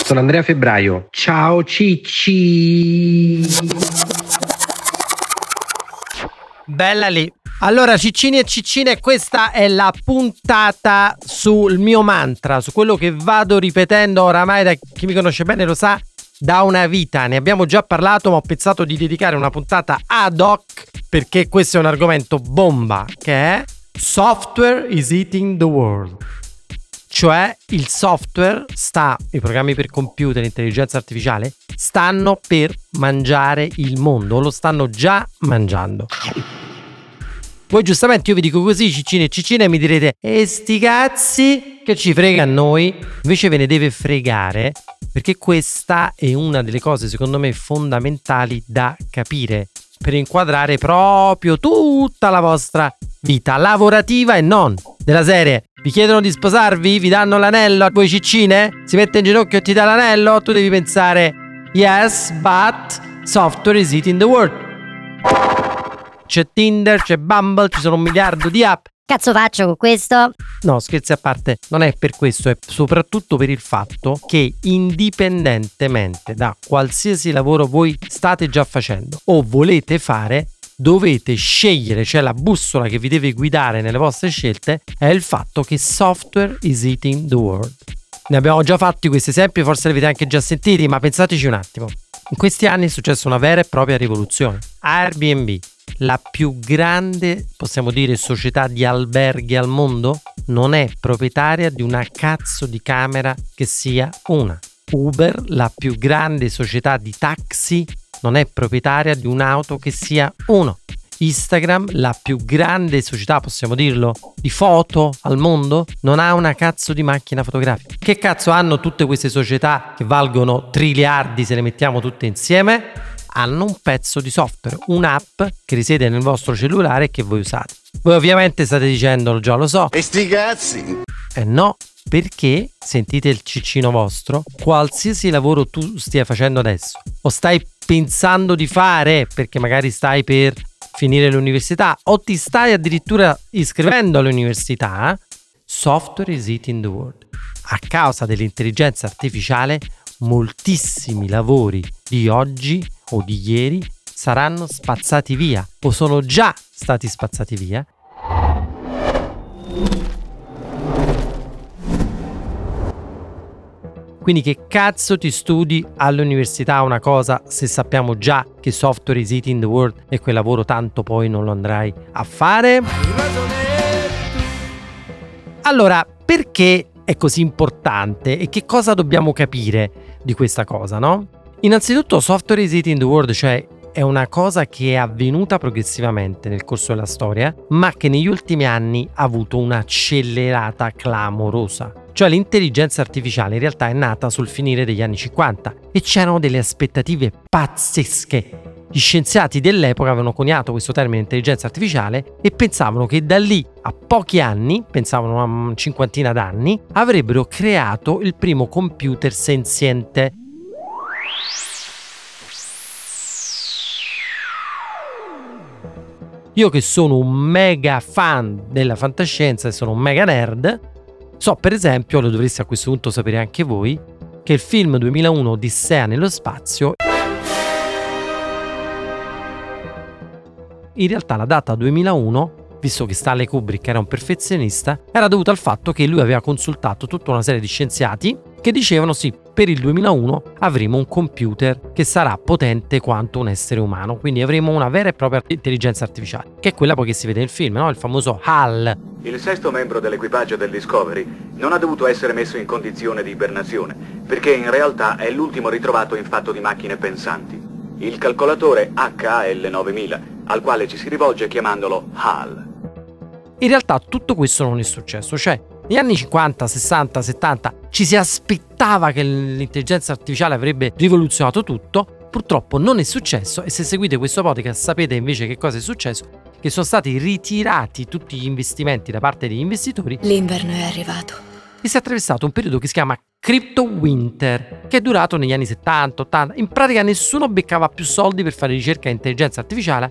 Sono Andrea Febbraio. Ciao Cicci. Bella lì. Allora, ciccini e ciccine, questa è la puntata sul mio mantra, su quello che vado ripetendo oramai, da chi mi conosce bene lo sa, da una vita. Ne abbiamo già parlato, ma ho pensato di dedicare una puntata ad hoc perché questo è un argomento bomba, che è Software is eating the world. Cioè il software i programmi per computer, l'intelligenza artificiale stanno per mangiare il mondo, o lo stanno già mangiando. Voi giustamente, io vi dico così, ciccine e ciccine, mi direte e sti cazzi, che ci frega a noi? Invece ve ne deve fregare, perché questa è una delle cose secondo me fondamentali da capire per inquadrare proprio tutta la vostra vita lavorativa e non. Della serie, vi chiedono di sposarvi? Vi danno l'anello a voi ciccine? Si mette in ginocchio e ti dà l'anello? Tu devi pensare yes, but software is eating the world. C'è Tinder, c'è Bumble, ci sono 1 miliardo di app. Cazzo faccio con questo? No, scherzi a parte, non è per questo, è soprattutto per il fatto che indipendentemente da qualsiasi lavoro voi state già facendo o volete fare, dovete scegliere, cioè la bussola che vi deve guidare nelle vostre scelte è il fatto che software is eating the world. Ne abbiamo già fatti questi esempi, forse li avete anche già sentiti, ma pensateci un attimo. In questi anni è successa una vera e propria rivoluzione. Airbnb, la più grande, possiamo dire, società di alberghi al mondo, non è proprietaria di una cazzo di camera che sia una. Uber, la più grande società di taxi, non è proprietaria di un'auto che sia uno. Instagram, la più grande società, possiamo dirlo, di foto al mondo, non ha una cazzo di macchina fotografica. Che cazzo hanno tutte queste società che valgono triliardi se le mettiamo tutte insieme? Hanno un pezzo di software, un'app che risiede nel vostro cellulare e che voi usate. Voi ovviamente state dicendo, già lo so. E sti cazzi! No, perché, sentite il ciccino vostro, qualsiasi lavoro tu stia facendo adesso o stai pensando di fare perché magari stai per finire l'università o ti stai addirittura iscrivendo all'università, software is eating the world. A causa dell'intelligenza artificiale, moltissimi lavori di oggi o di ieri saranno spazzati via o sono già stati spazzati via. Quindi che cazzo ti studi all'università una cosa se sappiamo già che software is eating the world e quel lavoro tanto poi non lo andrai a fare? Allora, perché è così importante e che cosa dobbiamo capire di questa cosa, no? Innanzitutto software is eating the world, cioè è una cosa che è avvenuta progressivamente nel corso della storia, ma che negli ultimi anni ha avuto un'accelerata clamorosa. Cioè l'intelligenza artificiale in realtà è nata sul finire degli anni 50 e c'erano delle aspettative pazzesche. Gli scienziati dell'epoca avevano coniato questo termine intelligenza artificiale e pensavano che da lì a pochi anni, pensavano a una cinquantina d'anni, avrebbero creato il primo computer senziente. Io che sono un mega fan della fantascienza e sono un mega nerd, so per esempio, lo dovreste a questo punto sapere anche voi, che il film 2001 Odissea nello spazio, in realtà la data 2001, visto che Stanley Kubrick era un perfezionista, era dovuta al fatto che lui aveva consultato tutta una serie di scienziati che dicevano sì, per il 2001 avremo un computer che sarà potente quanto un essere umano, quindi avremo una vera e propria intelligenza artificiale, che è quella poi che si vede nel film, no? Il famoso HAL. Il sesto membro dell'equipaggio del Discovery non ha dovuto essere messo in condizione di ibernazione, perché in realtà è l'ultimo ritrovato in fatto di macchine pensanti. Il calcolatore HAL 9000, al quale ci si rivolge chiamandolo HAL. In realtà tutto questo non è successo, cioè negli anni 50, 60, 70 ci si aspettava che l'intelligenza artificiale avrebbe rivoluzionato tutto, purtroppo non è successo e se seguite questo podcast sapete invece che cosa è successo, che sono stati ritirati tutti gli investimenti da parte degli investitori. L'inverno è arrivato. E si è attraversato un periodo che si chiama Crypto Winter, che è durato negli anni 70, 80. In pratica nessuno beccava più soldi per fare ricerca in intelligenza artificiale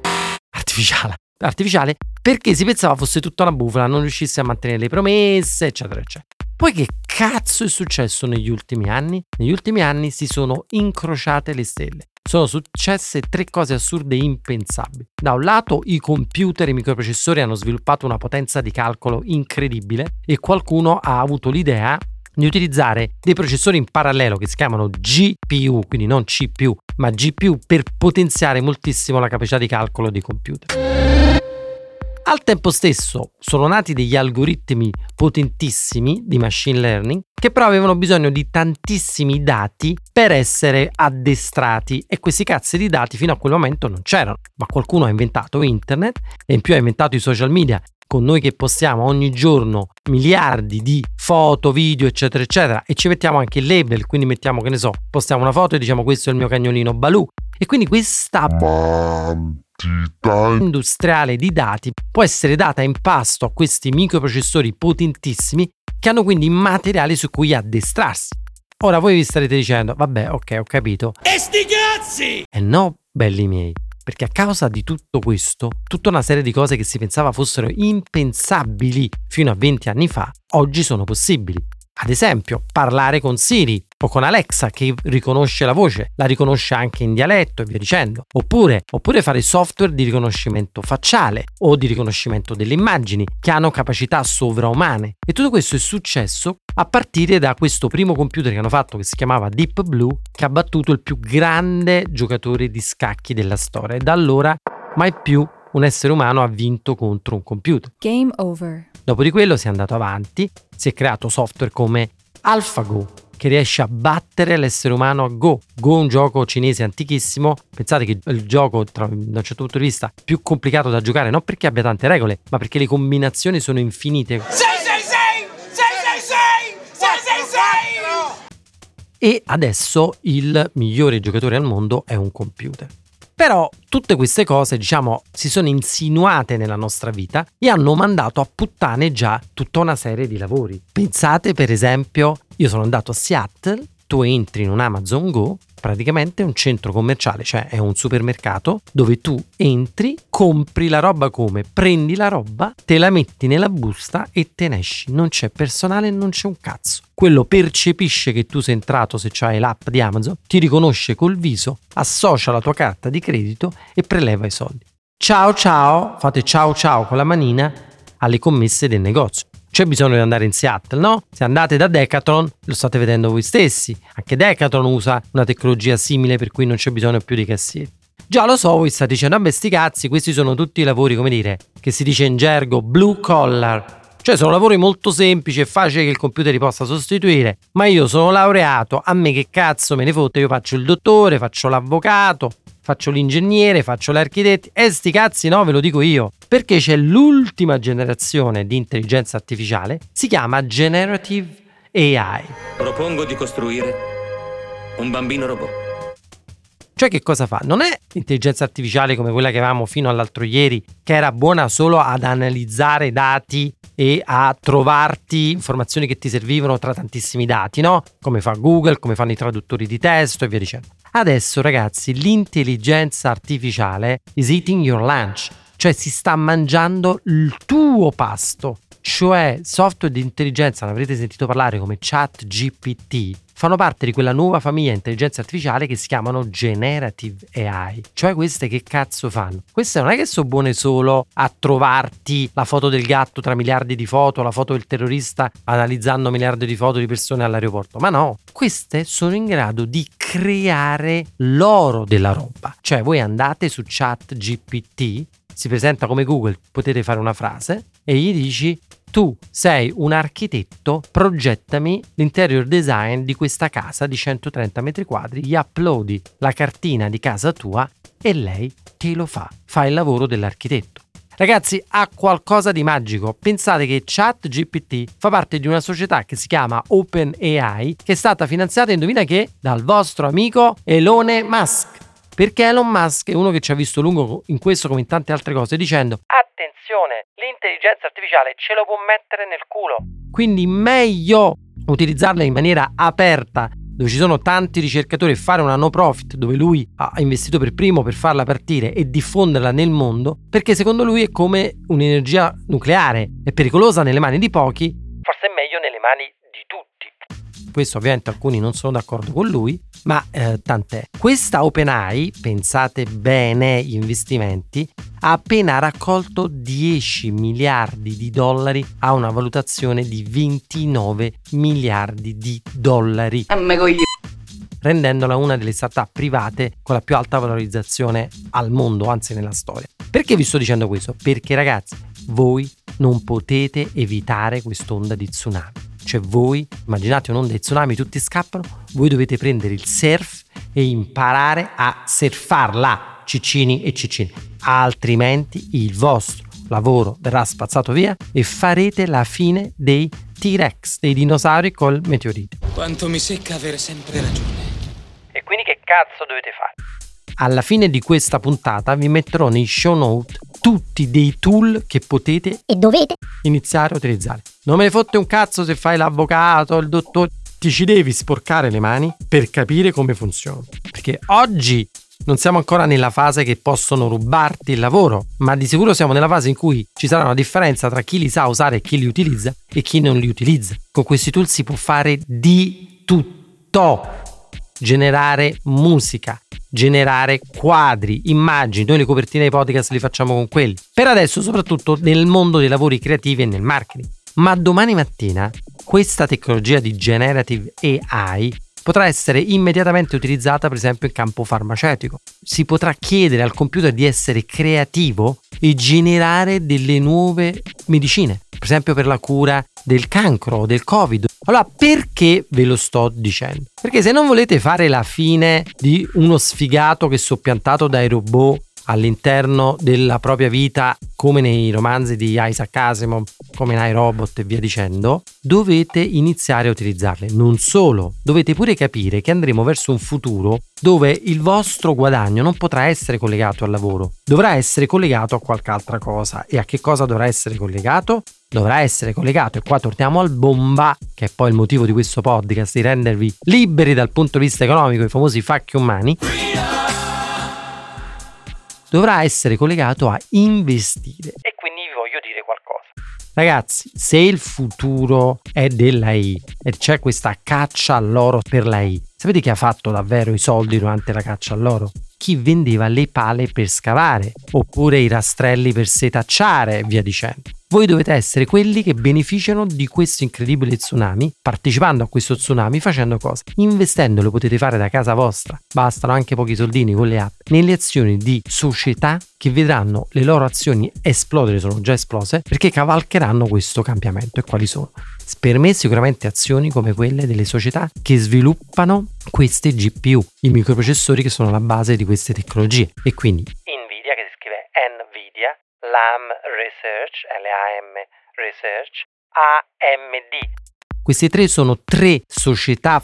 perché si pensava fosse tutta una bufala, non riuscisse a mantenere le promesse, eccetera, eccetera. Poi che cazzo è successo negli ultimi anni? Negli ultimi anni si sono incrociate le stelle. Sono successe 3 cose assurde e impensabili. Da un lato i computer e i microprocessori hanno sviluppato una potenza di calcolo incredibile e qualcuno ha avuto l'idea di utilizzare dei processori in parallelo che si chiamano GPU, quindi non CPU, ma GPU, per potenziare moltissimo la capacità di calcolo dei computer. Al tempo stesso sono nati degli algoritmi potentissimi di machine learning che però avevano bisogno di tantissimi dati per essere addestrati, e questi cazzi di dati fino a quel momento non c'erano. Ma qualcuno ha inventato internet e in più ha inventato i social media, con noi che postiamo ogni giorno miliardi di foto, video, eccetera, eccetera, e ci mettiamo anche il label, quindi mettiamo, che ne so, postiamo una foto e diciamo questo è il mio cagnolino Balù. E quindi questa industriale di dati può essere data in pasto a questi microprocessori potentissimi che hanno quindi materiali su cui addestrarsi. Ora voi vi starete dicendo, vabbè, ok, ho capito. E sti cazzi! E no, belli miei, perché a causa di tutto questo, tutta una serie di cose che si pensava fossero impensabili fino a 20 anni fa, oggi sono possibili. Ad esempio, parlare con Siri o con Alexa che riconosce la voce, la riconosce anche in dialetto e via dicendo. Oppure fare software di riconoscimento facciale o di riconoscimento delle immagini che hanno capacità sovraumane. E tutto questo è successo a partire da questo primo computer che hanno fatto, che si chiamava Deep Blue, che ha battuto il più grande giocatore di scacchi della storia. E da allora mai più un essere umano ha vinto contro un computer. Game over. Dopo di quello si è andato avanti, si è creato software come AlphaGo, che riesce a battere l'essere umano a Go. Go è un gioco cinese antichissimo. Pensate che il gioco, da un certo punto di vista, più complicato da giocare, non perché abbia tante regole, ma perché le combinazioni sono infinite. 666! E adesso il migliore giocatore al mondo è un computer. Però tutte queste cose, diciamo, si sono insinuate nella nostra vita e hanno mandato a puttane già tutta una serie di lavori. Pensate, per esempio, io sono andato a Seattle, tu entri in un Amazon Go, praticamente è un centro commerciale, cioè è un supermercato dove tu entri, compri la roba come? Prendi la roba, te la metti nella busta e te ne esci. Non c'è personale, non c'è un cazzo. Quello percepisce che tu sei entrato, se c'hai l'app di Amazon, ti riconosce col viso, associa la tua carta di credito e preleva i soldi. Ciao ciao, fate ciao ciao con la manina alle commesse del negozio. C'è bisogno di andare in Seattle, no? Se andate da Decathlon, lo state vedendo voi stessi. Anche Decathlon usa una tecnologia simile per cui non c'è bisogno più di cassieri. Già lo so, voi state dicendo, vabbè sti cazzi, questi sono tutti i lavori, come dire, che si dice in gergo, blue collar. Cioè sono lavori molto semplici e facili che il computer li possa sostituire. Ma io sono laureato, a me che cazzo me ne fotte, io faccio il dottore, faccio l'avvocato, faccio l'ingegnere, faccio l'architetto, e sti cazzi no, ve lo dico io. Perché c'è l'ultima generazione di intelligenza artificiale, si chiama Generative AI. Propongo di costruire un bambino robot. Cioè che cosa fa? Non è intelligenza artificiale come quella che avevamo fino all'altro ieri, che era buona solo ad analizzare dati e a trovarti informazioni che ti servivano tra tantissimi dati, no? Come fa Google, come fanno i traduttori di testo e via dicendo. Adesso, ragazzi, l'intelligenza artificiale is eating your lunch, cioè si sta mangiando il tuo pasto. Cioè software di intelligenza, ne avrete sentito parlare come ChatGPT, fanno parte di quella nuova famiglia di intelligenza artificiale che si chiamano Generative AI. Cioè queste che cazzo fanno? Queste non è che sono buone solo a trovarti la foto del gatto tra miliardi di foto, la foto del terrorista analizzando miliardi di foto di persone all'aeroporto, ma no, queste sono in grado di creare l'oro della roba. Cioè voi andate su ChatGPT, si presenta come Google, potete fare una frase e gli dici: tu sei un architetto, progettami l'interior design di questa casa di 130 metri quadri, gli uploadi la cartina di casa tua e lei te lo fa il lavoro dell'architetto. Ragazzi, ha qualcosa di magico. Pensate che ChatGPT fa parte di una società che si chiama OpenAI, che è stata finanziata, indovina che, dal vostro amico Elon Musk. Perché Elon Musk è uno che ci ha visto lungo in questo come in tante altre cose, dicendo: attenzione, l'intelligenza artificiale ce lo può mettere nel culo. Quindi meglio utilizzarla in maniera aperta, dove ci sono tanti ricercatori, e fare una no profit dove lui ha investito per primo per farla partire e diffonderla nel mondo, perché secondo lui è come un'energia nucleare, è pericolosa nelle mani di pochi, forse è meglio nelle mani di questo ovviamente alcuni non sono d'accordo con lui, ma tant'è. Questa OpenAI, pensate bene gli investimenti, ha appena raccolto 10 miliardi di dollari a una valutazione di 29 miliardi di dollari, rendendola una delle startup private con la più alta valorizzazione al mondo, anzi nella storia. Perché vi sto dicendo questo? Perché ragazzi, voi non potete evitare quest'onda di tsunami. Cioè voi, immaginate un'onda di tsunami, tutti scappano, voi dovete prendere il surf e imparare a surfarla, ciccini e ciccine. Altrimenti il vostro lavoro verrà spazzato via e farete la fine dei T-Rex, dei dinosauri col meteorite. Quanto mi secca avere sempre ragione. E quindi che cazzo dovete fare? Alla fine di questa puntata vi metterò nei show note tutti dei tool che potete e dovete iniziare a utilizzare. Non me ne fotte un cazzo se fai l'avvocato, il dottore, ti ci devi sporcare le mani per capire come funziona. Perché oggi non siamo ancora nella fase che possono rubarti il lavoro, ma di sicuro siamo nella fase in cui ci sarà una differenza tra chi li sa usare e chi li utilizza e chi non li utilizza. Con questi tool si può fare di tutto. Generare musica, generare quadri, immagini. Noi le copertine dei podcast li facciamo con quelli. Per adesso soprattutto nel mondo dei lavori creativi e nel marketing. Ma domani mattina questa tecnologia di generative AI potrà essere immediatamente utilizzata per esempio in campo farmaceutico. Si potrà chiedere al computer di essere creativo e generare delle nuove medicine, per esempio per la cura del cancro o del Covid. Allora, perché ve lo sto dicendo? Perché se non volete fare la fine di uno sfigato che è soppiantato dai robot all'interno della propria vita, come nei romanzi di Isaac Asimov, come in iRobot e via dicendo, dovete iniziare a utilizzarle. Non solo, dovete pure capire che andremo verso un futuro dove il vostro guadagno non potrà essere collegato al lavoro, dovrà essere collegato a qualche altra cosa. E a che cosa dovrà essere collegato? Dovrà essere collegato, e qua torniamo al bomba, che è poi il motivo di questo podcast, di rendervi liberi dal punto di vista economico, i famosi facchi umani. Dovrà essere collegato a investire. E quindi vi voglio dire qualcosa. Ragazzi, se il futuro è dell'AI e c'è questa caccia all'oro per l'AI, sapete chi ha fatto davvero i soldi durante la caccia all'oro? Chi vendeva le pale per scavare, oppure i rastrelli per setacciare e via dicendo. Voi dovete essere quelli che beneficiano di questo incredibile tsunami, partecipando a questo tsunami, facendo cosa? Investendo, lo potete fare da casa vostra, bastano anche pochi soldini con le app, nelle azioni di società che vedranno le loro azioni esplodere, sono già esplose, perché cavalcheranno questo cambiamento. E quali sono? Per me sicuramente azioni come quelle delle società che sviluppano queste GPU, i microprocessori che sono la base di queste tecnologie. E quindi Nvidia, che si scrive Nvidia, Lam Research, LAM Research, AMD. Queste tre sono tre società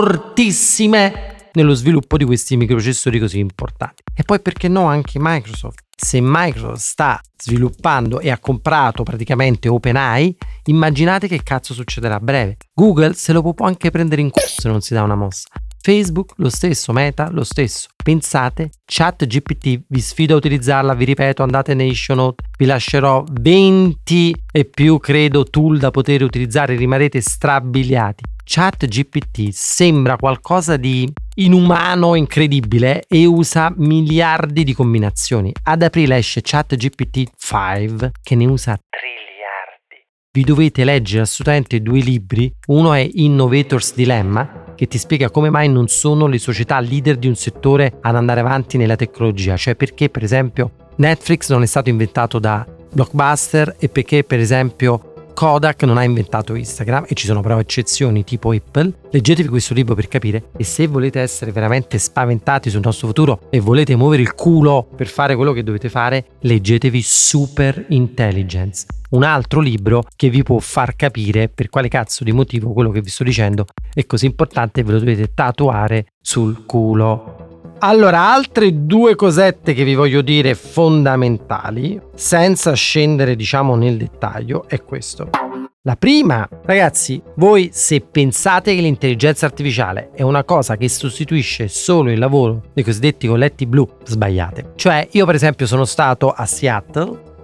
fortissime nello sviluppo di questi microprocessori così importanti. E poi perché no anche Microsoft. Se Microsoft sta sviluppando e ha comprato praticamente OpenAI, immaginate che cazzo succederà a breve. Google se lo può anche prendere in culo se non si dà una mossa. Facebook lo stesso, Meta lo stesso. Pensate, ChatGPT, vi sfido a utilizzarla, vi ripeto, andate nei show note, vi lascerò 20 e più credo tool da poter utilizzare, rimarrete strabiliati. ChatGPT sembra qualcosa di inumano, incredibile, e usa miliardi di combinazioni. Ad aprile esce ChatGPT 5 che ne usa triliardi. Vi dovete leggere assolutamente due libri. Uno è Innovator's Dilemma, che ti spiega come mai non sono le società leader di un settore ad andare avanti nella tecnologia, cioè perché per esempio Netflix non è stato inventato da Blockbuster e perché per esempio Kodak non ha inventato Instagram, e ci sono però eccezioni tipo Apple. Leggetevi questo libro per capire, e se volete essere veramente spaventati sul nostro futuro e volete muovere il culo per fare quello che dovete fare, leggetevi Super Intelligence, un altro libro che vi può far capire per quale cazzo di motivo quello che vi sto dicendo è così importante e ve lo dovete tatuare sul culo. Allora, altre due cosette che vi voglio dire fondamentali, senza scendere diciamo nel dettaglio, è questo. La prima, ragazzi, voi se pensate che l'intelligenza artificiale è una cosa che sostituisce solo il lavoro dei cosiddetti colletti blu, sbagliate. Cioè, io per esempio sono stato a Seattle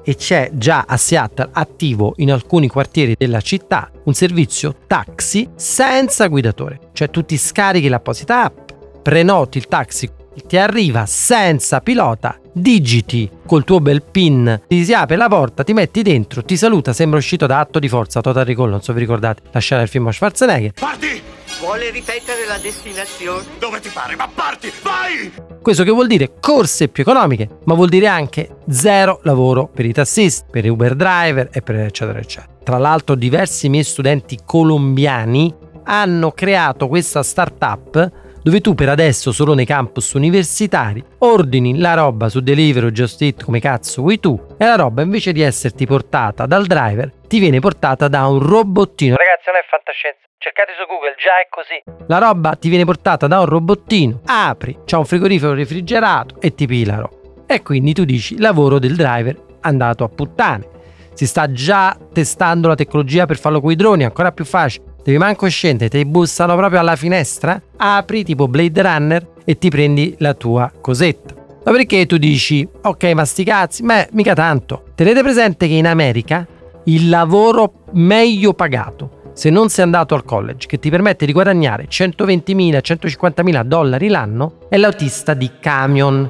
e c'è già a Seattle attivo in alcuni quartieri della città un servizio taxi senza guidatore. Cioè tu ti scarichi l'apposita app, prenoti il taxi, ti arriva senza pilota, digiti col tuo bel PIN, ti si apre la porta, ti metti dentro, ti saluta, sembra uscito da Atto di Forza, Total Recall, non so vi ricordate la scena del film Schwarzenegger. Parti! Vuole ripetere la destinazione? Dove ti pare, ma parti! Vai! Questo che vuol dire corse più economiche, ma vuol dire anche zero lavoro per i tassisti, per i Uber driver e per eccetera eccetera. Tra l'altro diversi miei studenti colombiani hanno creato questa startup dove tu per adesso solo nei campus universitari ordini la roba su Deliveroo o Just Eat come cazzo vuoi tu e la roba invece di esserti portata dal driver ti viene portata da un robottino. Ragazzi, non è fantascienza, cercate su Google, già è così. La roba ti viene portata da un robottino, apri, c'ha un frigorifero refrigerato e ti pila la roba. E quindi tu dici lavoro del driver andato a puttane. Si sta già testando la tecnologia per farlo con i droni, ancora più facile. Devi manco scendere, ti bussano proprio alla finestra, apri tipo Blade Runner e ti prendi la tua cosetta. Ma perché tu dici, ok ma sti cazzi, mica tanto. Tenete presente che in America il lavoro meglio pagato, se non sei andato al college, che ti permette di guadagnare $120.000-150.000 l'anno, è l'autista di camion.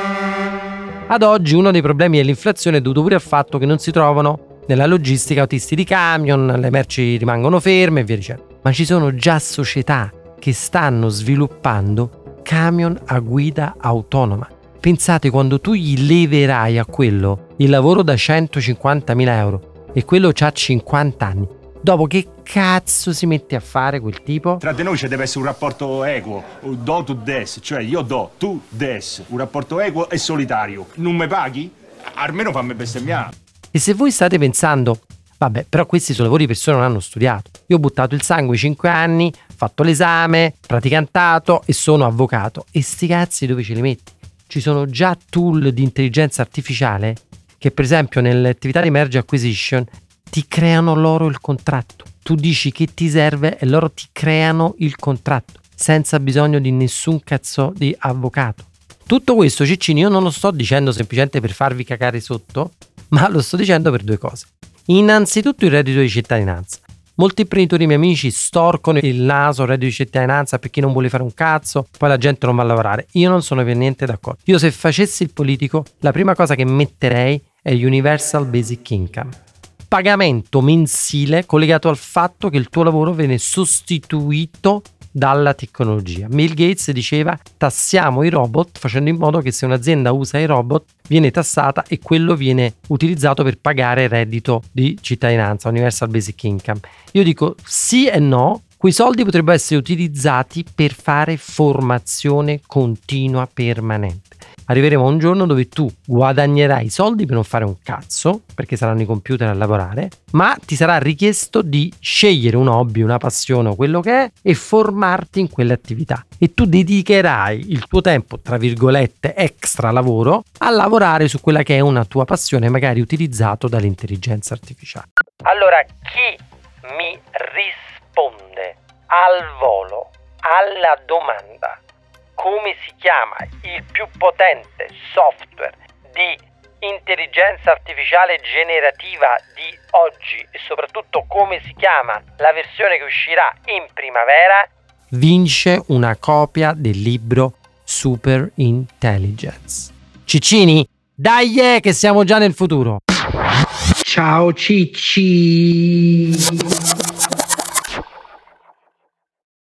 Ad oggi uno dei problemi dell'inflazione è dovuto pure al fatto che non si trovano nella logistica autisti di camion, le merci rimangono ferme e via dicendo. Ma ci sono già società che stanno sviluppando camion a guida autonoma. Pensate quando tu gli leverai a quello il lavoro da 150.000 euro e quello c'ha 50 anni. Dopo che cazzo si mette a fare quel tipo? Tra di noi ci deve essere un rapporto equo, do to des, cioè io do, tu des, un rapporto equo e solitario. Non mi paghi? Almeno fammi bestemmiare. E se voi state pensando, vabbè, però questi sono lavori di persone che non hanno studiato. Io ho buttato il sangue 5 anni, fatto l'esame, praticantato e sono avvocato. E sti cazzi dove ce li metti? Ci sono già tool di intelligenza artificiale che per esempio nelle attività di merge acquisition ti creano loro il contratto. Tu dici che ti serve e loro ti creano il contratto senza bisogno di nessun cazzo di avvocato. Tutto questo, Ciccini, io non lo sto dicendo semplicemente per farvi cagare sotto, ma lo sto dicendo per due cose. Innanzitutto il reddito di cittadinanza. Molti imprenditori miei amici storcono il naso al reddito di cittadinanza perché non vuole fare un cazzo, poi la gente non va a lavorare. Io non sono per niente d'accordo. Io se facessi il politico, la prima cosa che metterei è Universal Basic Income. Pagamento mensile collegato al fatto che il tuo lavoro viene sostituito dalla tecnologia. Bill Gates diceva tassiamo i robot facendo in modo che se un'azienda usa i robot viene tassata e quello viene utilizzato per pagare il reddito di cittadinanza, Universal Basic Income. Io dico sì e no, quei soldi potrebbero essere utilizzati per fare formazione continua permanente. Arriveremo a un giorno dove tu guadagnerai i soldi per non fare un cazzo, perché saranno i computer a lavorare, ma ti sarà richiesto di scegliere un hobby, una passione o quello che è e formarti in quelle attività. E tu dedicherai il tuo tempo, tra virgolette, extra lavoro, a lavorare su quella che è una tua passione, magari utilizzato dall'intelligenza artificiale. Allora, chi mi risponde al volo alla domanda come si chiama il più potente software di intelligenza artificiale generativa di oggi e soprattutto come si chiama la versione che uscirà in primavera, vince una copia del libro Super Intelligence. Ciccini, dai che siamo già nel futuro. Ciao Cicci.